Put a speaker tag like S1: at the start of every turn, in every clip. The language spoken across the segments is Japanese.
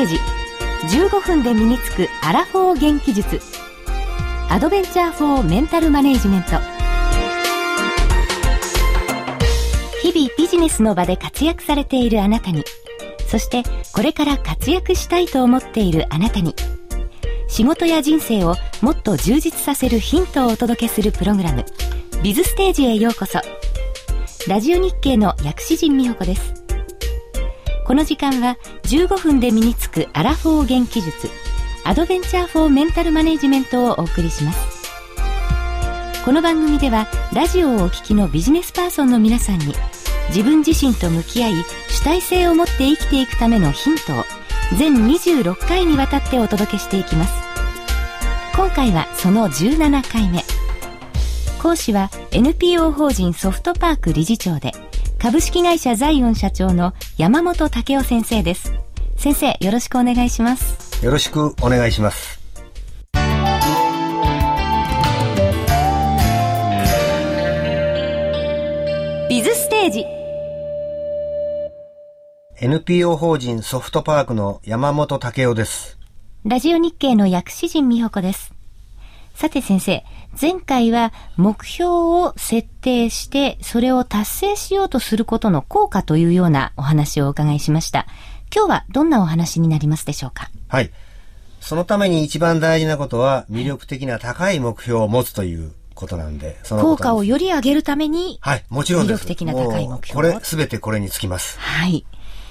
S1: ジ15分で身につくアラフォー元気術。アドベンチャーフォーメンタルマネージメント。日々ビジネスの場で活躍されているあなたに、そしてこれから活躍したいと思っているあなたに、仕事や人生をもっと充実させるヒントをお届けするプログラム、ビズステージへようこそ。ラジオ日経の薬師陣美穂子です。この時間は15分で身につくアラフォー元気術、アドベンチャーフォーメンタルマネージメントをお送りします。この番組ではラジオをお聞きのビジネスパーソンの皆さんに、自分自身と向き合い主体性を持って生きていくためのヒントを全26回にわたってお届けしていきます。今回はその17回目。講師は NPO 法人ソフトパーク理事長で株式会社ザイオン社長の山本武雄先生です。先生、よろしくお願いします。
S2: よろしくお願いします。
S1: ビズステージ。
S2: NPO 法人ソフトパークの山本武雄です。
S1: ラジオ日経の薬師陣美穂子です。さて先生、前回は目標を設定してそれを達成しようとすることの効果というようなお話をお伺いしました。今日はどんなお話になりますでしょうか？
S2: はい。そのために一番大事なことは魅力的な高い目標を持つということなんで、その
S1: 効果をより上げるために、
S2: はい、もちろんです。
S1: 魅力的な高い目標。
S2: これ、すべてこれにつきます。
S1: はい。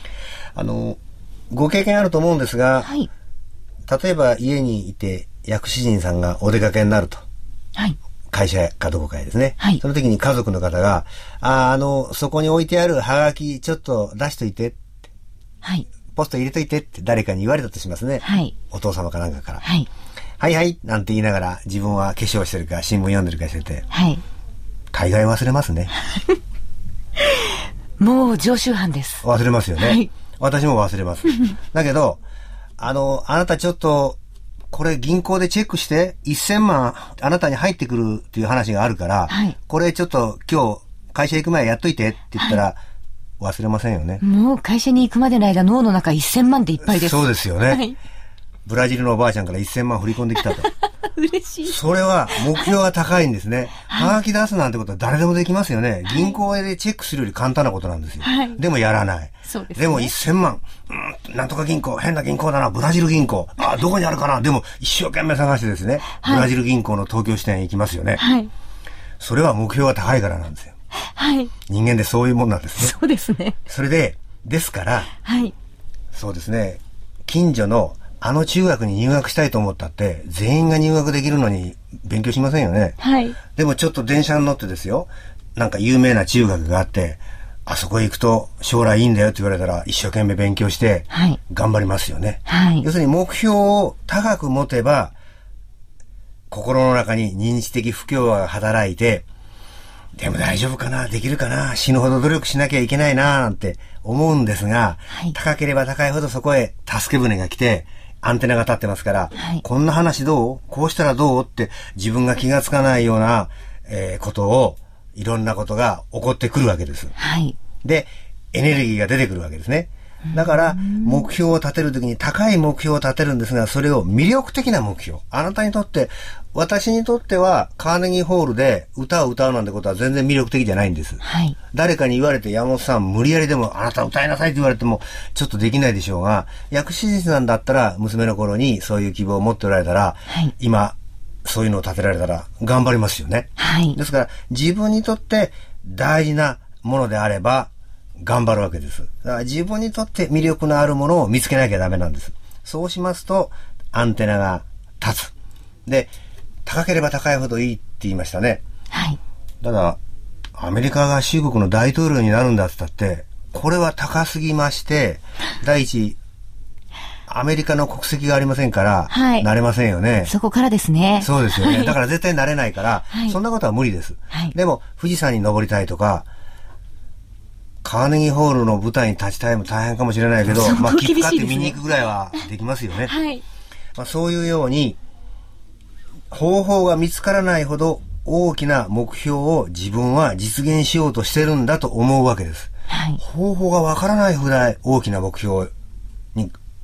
S2: ご経験あると思うんですが、
S1: はい。
S2: 例えば家にいて薬師陣さんがお出かけになると。
S1: はい。
S2: 会社かどこかへですね。
S1: はい。
S2: その時に家族の方が、そこに置いてあるハガキちょっと出しといてって。
S1: はい。
S2: ポスト入れといてって誰かに言われたとしますね。
S1: はい。
S2: お父様かなんかから。
S1: はい。
S2: はいはいなんて言いながら自分は化粧してるか新聞読んでるかしてて。
S1: はい。
S2: 大概忘れますね。
S1: もう常習犯です。
S2: 忘れますよね。はい。私も忘れます。だけど、あなたちょっと、これ銀行でチェックして1000万あなたに入ってくるっていう話があるから、はい、これちょっと今日会社行く前やっといてって言ったら、はい、忘れませんよね。
S1: もう会社に行くまでの間脳の中1000万でいっぱいです。
S2: そうですよね。
S1: はい、
S2: ブラジルのおばあちゃんから1000万振り込んできたと。
S1: 嬉しい。
S2: それは目標が高いんですね。はがき出すなんてことは誰でもできますよね。銀行でチェックするより簡単なことなんですよ。はい、でもやらない。
S1: そうですね。
S2: でも1000万。なんとか銀行、変な銀行だな、ブラジル銀行。どこにあるかな。でも一生懸命探してですね、はい、ブラジル銀行の東京支店へ行きますよね。はい。それは目標が高いからなんですよ。
S1: はい。
S2: 人間でそういうもんなんですね。
S1: そうですね。
S2: それで、ですから、
S1: はい。
S2: そうですね、近所の中学に入学したいと思ったって全員が入学できるのに勉強しませんよね。はい。でもちょっと電車に乗ってですよ、なんか有名な中学があって、あそこへ行くと将来いいんだよって言われたら一生懸命勉強して頑張りますよね。はい。要するに目標を高く持てば心の中に認知的不協和が働いて、でも大丈夫かな、できるかな、死ぬほど努力しなきゃいけないななんて思うんですが、はい、高ければ高いほどそこへ助け舟が来てアンテナが立ってますから、はい、こんな話どう？こうしたらどう？って自分が気がつかないような、ことをいろんなことが起こってくるわけです。はい。で、エネルギーが出てくるわけですね。だから目標を立てるときに高い目標を立てるんですが、それを魅力的な目標。あなたにとって、私にとってはカーネギーホールで歌を歌うなんてことは全然魅力的じゃないんです。はい。誰かに言われて、山本さん無理やりでもあなた歌いなさいって言われてもちょっとできないでしょうが、薬師陣さんだったら娘の頃にそういう希望を持っておられたら、はい、今そういうのを立てられたら頑張りますよね。はい。ですから自分にとって大事なものであれば頑張るわけです。だから自分にとって魅力のあるものを見つけなきゃダメなんです。そうしますとアンテナが立つ。で、高ければ高いほどいいって言いましたね。はい。ただアメリカが中国の大統領になるんだって言ったって、これは高すぎまして、第一アメリカの国籍がありませんから、はい、なれませんよね。
S1: そこからですね。
S2: そうですよね。はい、だから絶対なれないから、はい、そんなことは無理です。はい、でも富士山に登りたいとか、カーネギーホールの舞台に立ちたいも大変かもしれないけど、まあ切符買って見に行くぐらいはできますよね。はい。まあ、そういうように方法が見つからないほど大きな目標を自分は実現しようとしてるんだと思うわけです。はい。方法がわからないぐらい大きな目標に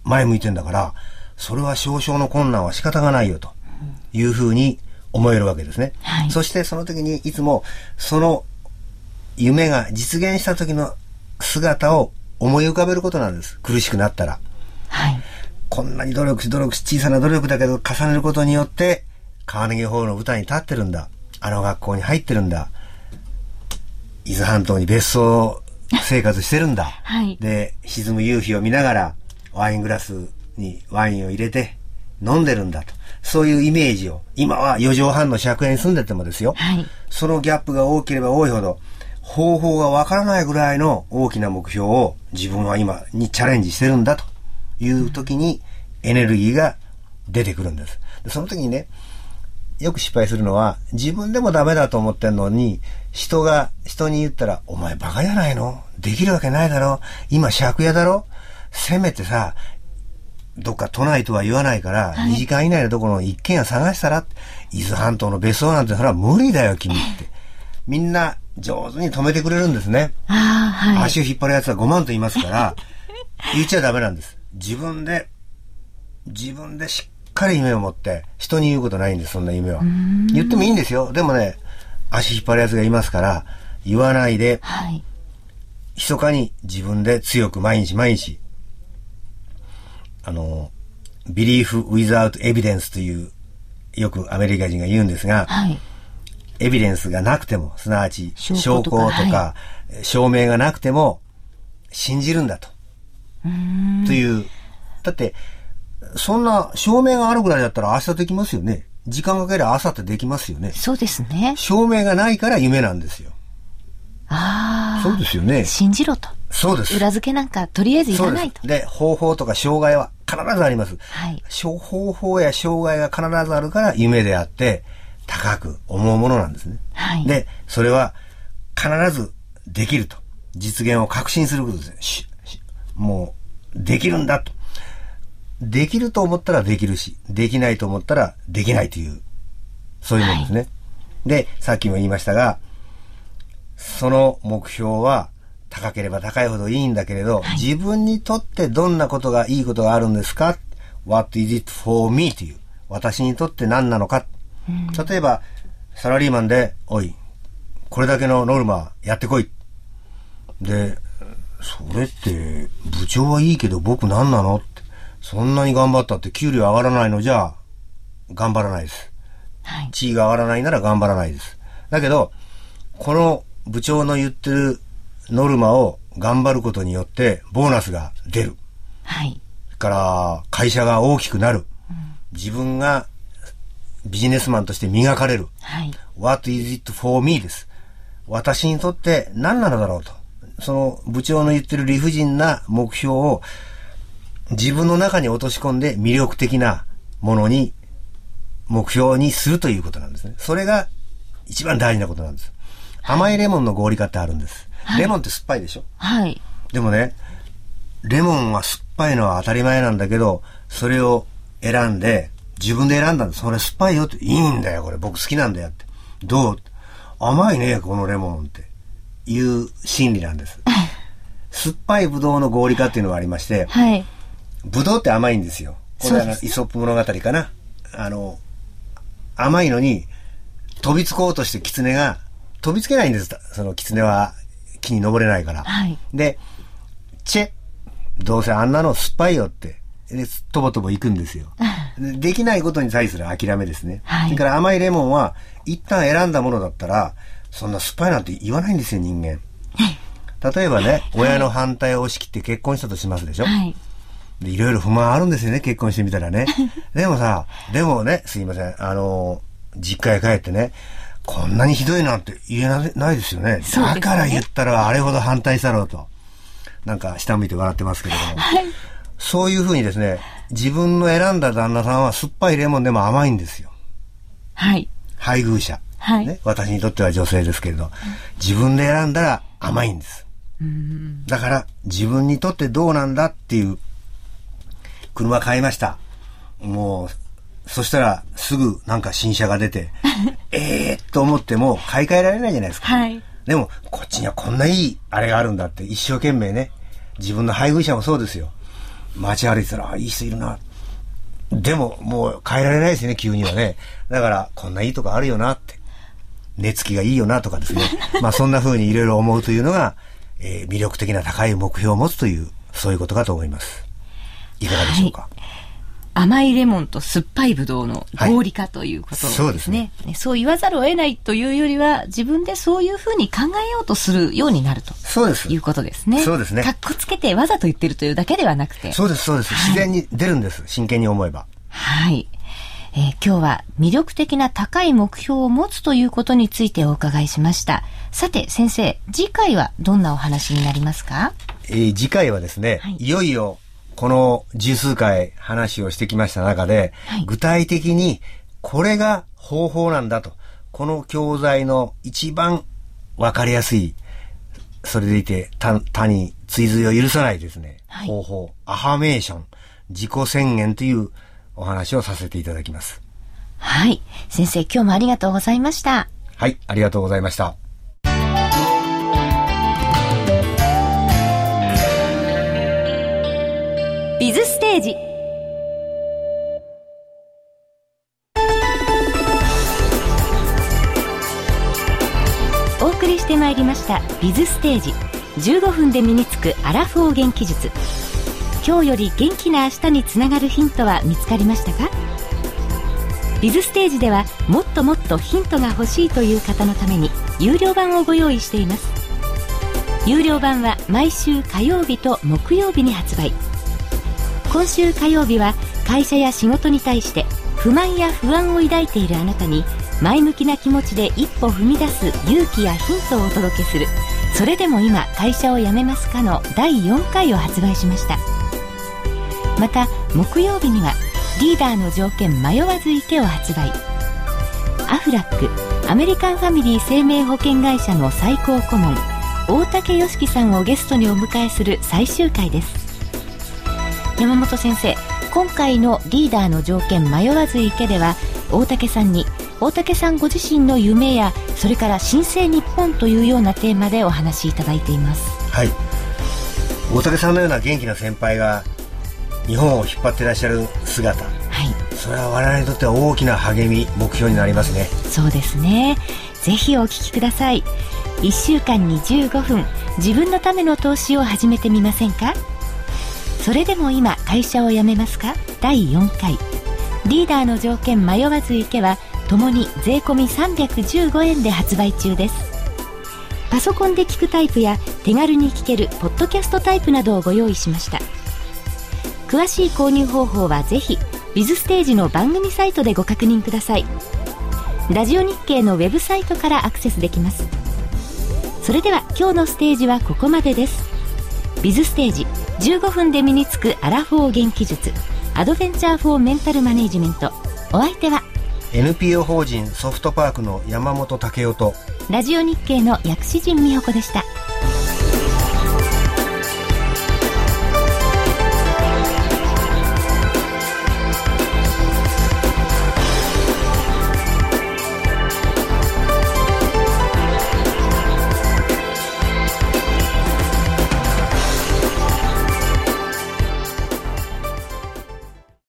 S2: 前向いてんだから、それは少々の困難は仕方がないよというふうに思えるわけですね。はい、そしてその時にいつもその夢が実現した時の姿を思い浮かべることなんです。苦しくなったら。はい、こんなに努力し小さな努力だけど重ねることによってカーネギーホールの舞台に立ってるんだ。あの学校に入ってるんだ。伊豆半島に別荘生活してるんだ。はい、で、沈む夕日を見ながらワイングラスにワインを入れて飲んでるんだと。そういうイメージを、今は4畳半の借家に住んでてもですよ。はい、そのギャップが大きければ多いほど、方法がわからないぐらいの大きな目標を自分は今にチャレンジしてるんだという時にエネルギーが出てくるんです。でその時にね、よく失敗するのは、自分でもダメだと思ってんのに、人に言ったら、お前バカじゃないの？できるわけないだろ？今借家だろ？せめてさ、どっか都内とは言わないから、2時間以内のところの一軒家探したら、伊豆半島の別荘なんてそれは無理だよ君って。みんな上手に止めてくれるんですね。はい、足を引っ張るやつは5万と言いますから、言っちゃダメなんです。自分でしっかり夢を持って、人に言うことないんです、そんな夢は。言ってもいいんですよ。でもね、足引っ張るやつがいますから、言わないで、はい、密かに自分で強く毎日、belief without evidence という、よくアメリカ人が言うんですが、はい、エビデンスがなくても、すなわち証拠とか、はい、証明がなくても信じるんだと。という。だって、そんな証明があるぐらいだったら明日できますよね。時間かければ明後日できますよね。
S1: そうですね。
S2: 証明がないから夢なんですよ。
S1: ああ。
S2: そうですよね。
S1: 信じろと。
S2: そうです。
S1: 裏付けなんかとりあえずいらないと。
S2: で、方法とか障害は必ずあります。はい。方法や障害が必ずあるから夢であって、高く思うものなんですね。はい。で、それは必ずできると。実現を確信することですね。もう、できるんだと。できると思ったらできるし、できないと思ったらできないという、そういうものですね。はい、で、さっきも言いましたが、その目標は高ければ高いほどいいんだけれど、はい、自分にとってどんなことがいいことがあるんですか？ What is it for me? という、私にとって何なのか。例えば、サラリーマンで、おい、これだけのノルマやってこい。で、それって、部長はいいけど僕何なのって。そんなに頑張ったって給料上がらないのじゃ、頑張らないです。はい、地位が上がらないなら頑張らないです。だけど、この部長の言ってるノルマを頑張ることによって、ボーナスが出る。はい。それから、会社が大きくなる。自分がビジネスマンとして磨かれる。はい。What is it for me? です。私にとって何なのだろうと。その部長の言ってる理不尽な目標を自分の中に落とし込んで魅力的なものに、目標にするということなんですね。それが一番大事なことなんです。甘いレモンの合理化ってあるんです。はい、レモンって酸っぱいでしょ？はい。でもね、レモンは酸っぱいのは当たり前なんだけど、それを選んで、自分で選んだんです。それ酸っぱいよって、いいんだよ、これ僕好きなんだよって。どう？甘いね、このレモンっていう心理なんです。酸っぱいブドウの合理化っていうのがありまして、はい。ブドウって甘いんですよ。これはイソップ物語かな。甘いのに飛びつこうとして狐が飛びつけないんです。その狐は木に登れないから。はい、で、どうせあんなの酸っぱいよって。で、とぼとぼ行くんですよ。できないことに対する諦めですね。はい、それから甘いレモンは一旦選んだものだったら、そんな酸っぱいなんて言わないんですよ、人間。例えばね、親の反対を押し切って結婚したとしますでしょ。はい、いろいろ不満あるんですよね、結婚してみたらね。でもね、すいません、実家へ帰ってね、こんなにひどいなんて言えないですよね。だから言ったらあれほど反対したろうと。なんか下向いて笑ってますけれども。はい、そういうふうにですね、自分の選んだ旦那さんは酸っぱいレモンでも甘いんですよ。はい。配偶者。はい。ね、私にとっては女性ですけれど、自分で選んだら甘いんです。だから自分にとってどうなんだっていう、車買いました。もう、そしたらすぐなんか新車が出て、と思っても買い替えられないじゃないですか。はい。でも、こっちにはこんないいあれがあるんだって一生懸命ね、自分の配偶者もそうですよ。 街歩いてたら、いい人いるな。でももう変えられないですね、急にはね。だからこんないいとこあるよなって、寝つきがいいよなとかですねそんな風にいろいろ思うというのが、魅力的な高い目標を持つという、そういうことかと思います。いかがでしょうか。
S1: 甘いレモンと酸っぱいブドウの合理化ということですね。そうですね。そう言わざるを得ないというよりは、自分でそういうふうに考えようとするようになると。そうです。いうことですね。そうですね。かっこつけてわざと言ってるというだけではなくて。
S2: そうです、そうです。自然に出るんです。真剣に思えば。
S1: はい。今日は魅力的な高い目標を持つということについてお伺いしました。さて先生、次回はどんなお話になりますか？
S2: 次回はですね、いよいよこの十数回話をしてきました中で、具体的にこれが方法なんだと、この教材の一番わかりやすい、それでいて他に追随を許さないですね、方法、アファメーション、自己宣言というお話をさせていただきます。
S1: はい。先生、今日もありがとうございました。
S2: はい、ありがとうございました。
S1: ビズステージ。お送りしてまいりましたビズステージ、15分で身につくアラフォー元気術。今日より元気な明日につながるヒントは見つかりましたか？ビズステージではもっともっとヒントが欲しいという方のために有料版をご用意しています。有料版は毎週火曜日と木曜日に発売。今週火曜日は会社や仕事に対して不満や不安を抱いているあなたに前向きな気持ちで一歩踏み出す勇気やヒントをお届けする、それでも今会社を辞めますかの第4回を発売しました。また木曜日にはリーダーの条件迷わず行けを発売。アフラックアメリカンファミリー生命保険会社の最高顧問大竹良樹さんをゲストにお迎えする最終回です。山本先生、今回のリーダーの条件迷わず行けでは大竹さんに大竹さんご自身の夢や、それから新生日本というようなテーマでお話しいただいています。
S2: はい。大竹さんのような元気な先輩が日本を引っ張っていらっしゃる姿、それは我々にとっては大きな励み、目標になりますね。
S1: そうですね。ぜひお聞きください。1週間に15分、自分のための投資を始めてみませんか？それでも今会社を辞めますか？第4回リーダーの条件迷わず行けはともに税込み315円で発売中です。パソコンで聞くタイプや手軽に聞けるポッドキャストタイプなどをご用意しました。詳しい購入方法はぜひビズステージの番組サイトでご確認ください。ラジオ日経のウェブサイトからアクセスできます。それでは今日のステージはここまでです。ビズステージ15分で身につくアラフォー元気術、アドベンチャーフォーメンタルマネジメント。お相手は
S2: NPO 法人ソフトパークの山本武雄と
S1: ラジオ日経の薬師陣美穂子でした。